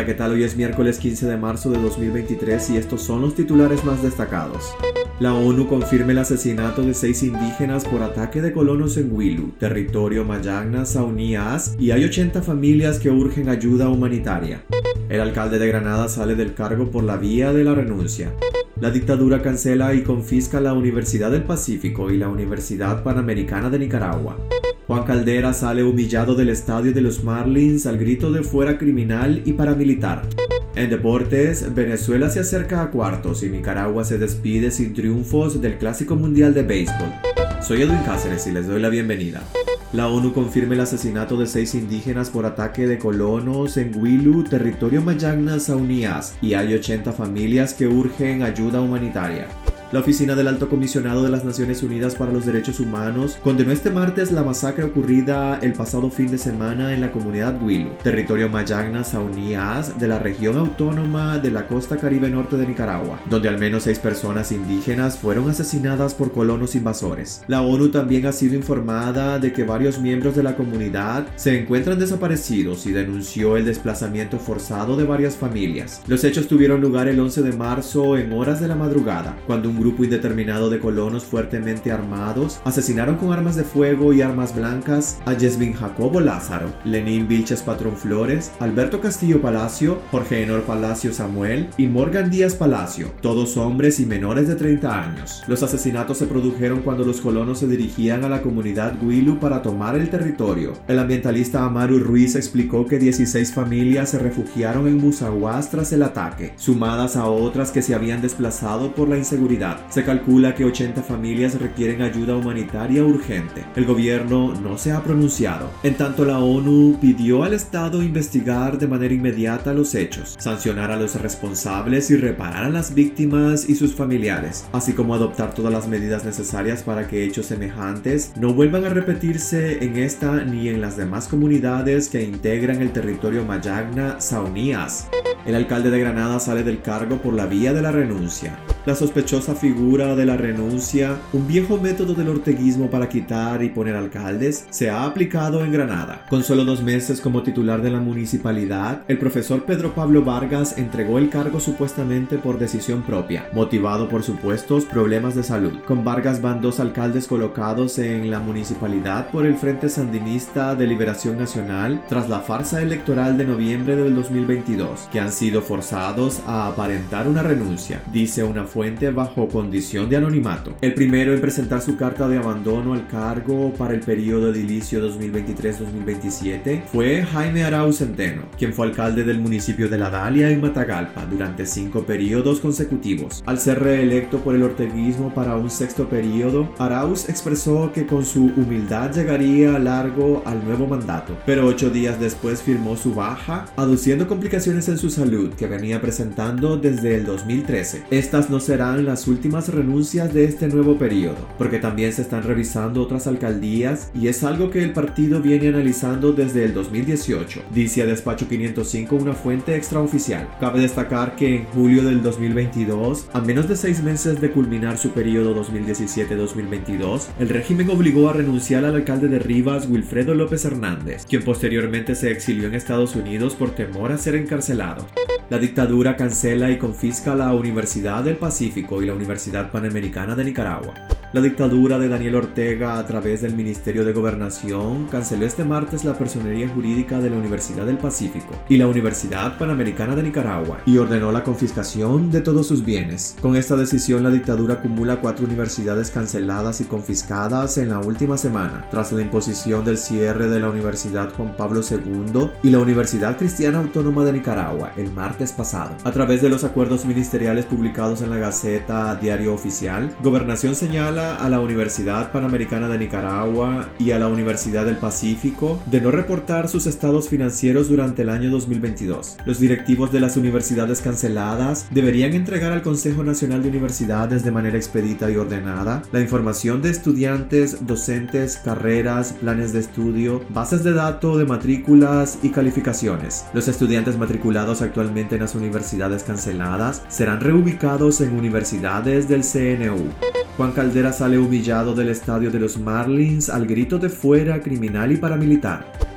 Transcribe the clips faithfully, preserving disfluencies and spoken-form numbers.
Hola, ¿qué tal? Hoy es miércoles quince de marzo de dos mil veintitrés y estos son los titulares más destacados. La ONU confirma el asesinato de seis indígenas por ataque de colonos en Huilu, territorio Mayagna, Saunías, y hay ochenta familias que urgen ayuda humanitaria. El alcalde de Granada sale del cargo por la vía de la renuncia. La dictadura cancela y confisca la Universidad del Pacífico y la Universidad Panamericana de Nicaragua. Juan Caldera sale humillado del estadio de los Marlins al grito de fuera criminal y paramilitar. En deportes, Venezuela se acerca a cuartos y Nicaragua se despide sin triunfos del Clásico Mundial de Béisbol. Soy Edwin Cáceres y les doy la bienvenida. La ONU confirma el asesinato de seis indígenas por ataque de colonos en Huilu, territorio Mayagna, Saunías, y hay ochenta familias que urgen ayuda humanitaria. La Oficina del Alto Comisionado de las Naciones Unidas para los Derechos Humanos condenó este martes la masacre ocurrida el pasado fin de semana en la comunidad Huilu, territorio Mayagna, Saunías, de la región autónoma de la costa caribe norte de Nicaragua, donde al menos seis personas indígenas fueron asesinadas por colonos invasores. La ONU también ha sido informada de que varios miembros de la comunidad se encuentran desaparecidos y denunció el desplazamiento forzado de varias familias. Los hechos tuvieron lugar el once de marzo en horas de la madrugada, cuando un grupo indeterminado de colonos fuertemente armados asesinaron con armas de fuego y armas blancas a Yesvin Jacobo Lázaro, Lenín Vilches Patrón Flores, Alberto Castillo Palacio, Jorge Enor Palacio Samuel y Morgan Díaz Palacio, todos hombres y menores de treinta años. Los asesinatos se produjeron cuando los colonos se dirigían a la comunidad Huilu para tomar el territorio. El ambientalista Amaru Ruiz explicó que dieciséis familias se refugiaron en Musaguas tras el ataque, sumadas a otras que se habían desplazado por la inseguridad. Se calcula que ochenta familias requieren ayuda humanitaria urgente. El gobierno no se ha pronunciado. En tanto, la ONU pidió al Estado investigar de manera inmediata los hechos, sancionar a los responsables y reparar a las víctimas y sus familiares, así como adoptar todas las medidas necesarias para que hechos semejantes no vuelvan a repetirse en esta ni en las demás comunidades que integran el territorio Mayagna, Saunías. El alcalde de Granada sale del cargo por la vía de la renuncia. La sospechosa figura de la renuncia, un viejo método del orteguismo para quitar y poner alcaldes, se ha aplicado en Granada. Con solo dos meses como titular de la municipalidad, el profesor Pedro Pablo Vargas entregó el cargo supuestamente por decisión propia, motivado por supuestos problemas de salud. Con Vargas van dos alcaldes colocados en la municipalidad por el Frente Sandinista de Liberación Nacional tras la farsa electoral de noviembre del dos mil veintidós, que han sido forzados a aparentar una renuncia, dice una fuente bajo condición de anonimato. El primero en presentar su carta de abandono al cargo para el periodo edilicio dos mil veintitrés dos mil veintisiete fue Jaime Arauz Centeno, quien fue alcalde del municipio de La Dalia en Matagalpa durante cinco periodos consecutivos. Al ser reelecto por el orteguismo para un sexto periodo, Arauz expresó que con su humildad llegaría largo al nuevo mandato, pero ocho días después firmó su baja, aduciendo complicaciones en su salud que venía presentando desde el dos mil trece. Estas no serán las últimas renuncias de este nuevo periodo, porque también se están revisando otras alcaldías y es algo que el partido viene analizando desde el dos mil dieciocho, dice a Despacho quinientos cinco una fuente extraoficial. Cabe destacar que en julio del dos mil veintidós, a menos de seis meses de culminar su periodo dos mil diecisiete dos mil veintidós, el régimen obligó a renunciar al alcalde de Rivas, Wilfredo López Hernández, quien posteriormente se exilió en Estados Unidos por temor a ser encarcelado. La dictadura cancela y confisca la Universidad del Pacífico y la Universidad Panamericana de Nicaragua. La dictadura de Daniel Ortega, a través del Ministerio de Gobernación, canceló este martes la personería jurídica de la Universidad del Pacífico y la Universidad Panamericana de Nicaragua y ordenó la confiscación de todos sus bienes. Con esta decisión, la dictadura acumula cuatro universidades canceladas y confiscadas en la última semana, tras la imposición del cierre de la Universidad Juan Pablo segundo y la Universidad Cristiana Autónoma de Nicaragua el martes pasado. A través de los acuerdos ministeriales publicados en la Gaceta Diario Oficial, Gobernación señala a la Universidad Panamericana de Nicaragua y a la Universidad del Pacífico de no reportar sus estados financieros durante el año dos mil veintidós. Los directivos de las universidades canceladas deberían entregar al Consejo Nacional de Universidades de manera expedita y ordenada la información de estudiantes, docentes, carreras, planes de estudio, bases de datos de matrículas y calificaciones. Los estudiantes matriculados actualmente en las universidades canceladas serán reubicados en universidades del C N U. Juan Caldera sale humillado del estadio de los Marlins al grito de fuera criminal y paramilitar.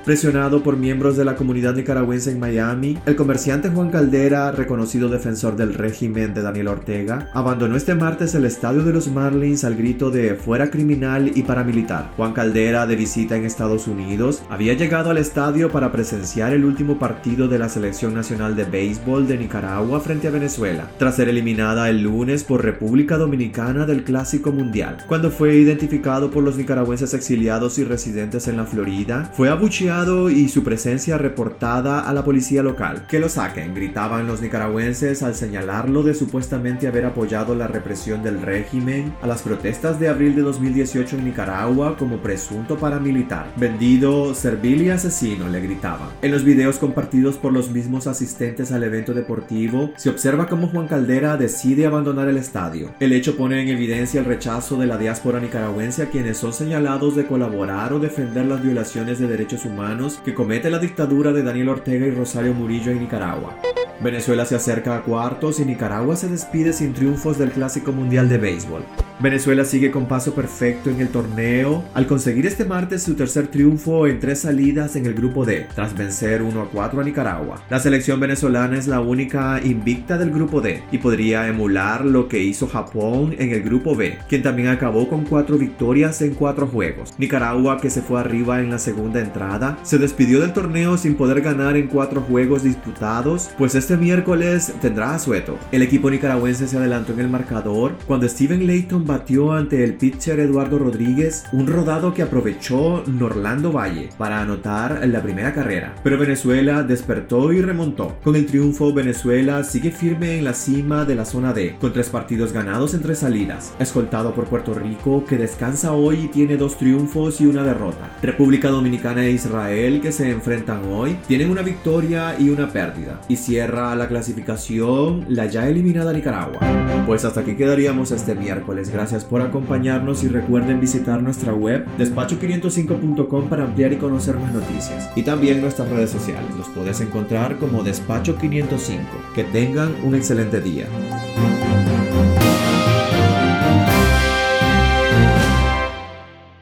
Presionado por miembros de la comunidad nicaragüense en Miami, el comerciante Juan Caldera, reconocido defensor del régimen de Daniel Ortega, abandonó este martes el estadio de los Marlins al grito de "fuera criminal y paramilitar". Juan Caldera, de visita en Estados Unidos, había llegado al estadio para presenciar el último partido de la Selección Nacional de Béisbol de Nicaragua frente a Venezuela, tras ser eliminada el lunes por República Dominicana del Clásico Mundial. Cuando fue identificado por los nicaragüenses exiliados y residentes en la Florida, fue abucheado y su presencia reportada a la policía local. "Que lo saquen", gritaban los nicaragüenses al señalarlo de supuestamente haber apoyado la represión del régimen a las protestas de abril de dos mil dieciocho en Nicaragua como presunto paramilitar. "Vendido, servil y asesino", le gritaban. En los videos compartidos por los mismos asistentes al evento deportivo, se observa cómo Juan Caldera decide abandonar el estadio. El hecho pone en evidencia el rechazo de la diáspora nicaragüense a quienes son señalados de colaborar o defender las violaciones de derechos humanos que comete la dictadura de Daniel Ortega y Rosario Murillo en Nicaragua. Venezuela se acerca a cuartos y Nicaragua se despide sin triunfos del Clásico Mundial de Béisbol. Venezuela sigue con paso perfecto en el torneo al conseguir este martes su tercer triunfo en tres salidas en el grupo D, tras vencer uno a cuatro a Nicaragua. La selección venezolana es la única invicta del grupo D y podría emular lo que hizo Japón en el grupo B, quien también acabó con cuatro victorias en cuatro juegos. Nicaragua, que se fue arriba en la segunda entrada, se despidió del torneo sin poder ganar en cuatro juegos disputados, pues este miércoles tendrá asueto. El equipo nicaragüense se adelantó en el marcador cuando Steven Layton batió ante el pitcher Eduardo Rodríguez, un rodado que aprovechó Norlando Valle para anotar la primera carrera. Pero Venezuela despertó y remontó. Con el triunfo, Venezuela sigue firme en la cima de la zona D, con tres partidos ganados en tres salidas, escoltado por Puerto Rico, que descansa hoy y tiene dos triunfos y una derrota. República Dominicana e Israel, que se enfrentan hoy, tienen una victoria y una pérdida, y cierra la clasificación la ya eliminada Nicaragua. Pues hasta aquí quedaríamos este miércoles. Gracias por acompañarnos y recuerden visitar nuestra web despacho quinientos cinco punto com para ampliar y conocer más noticias. Y también nuestras redes sociales. Los puedes encontrar como Despacho quinientos cinco. Que tengan un excelente día.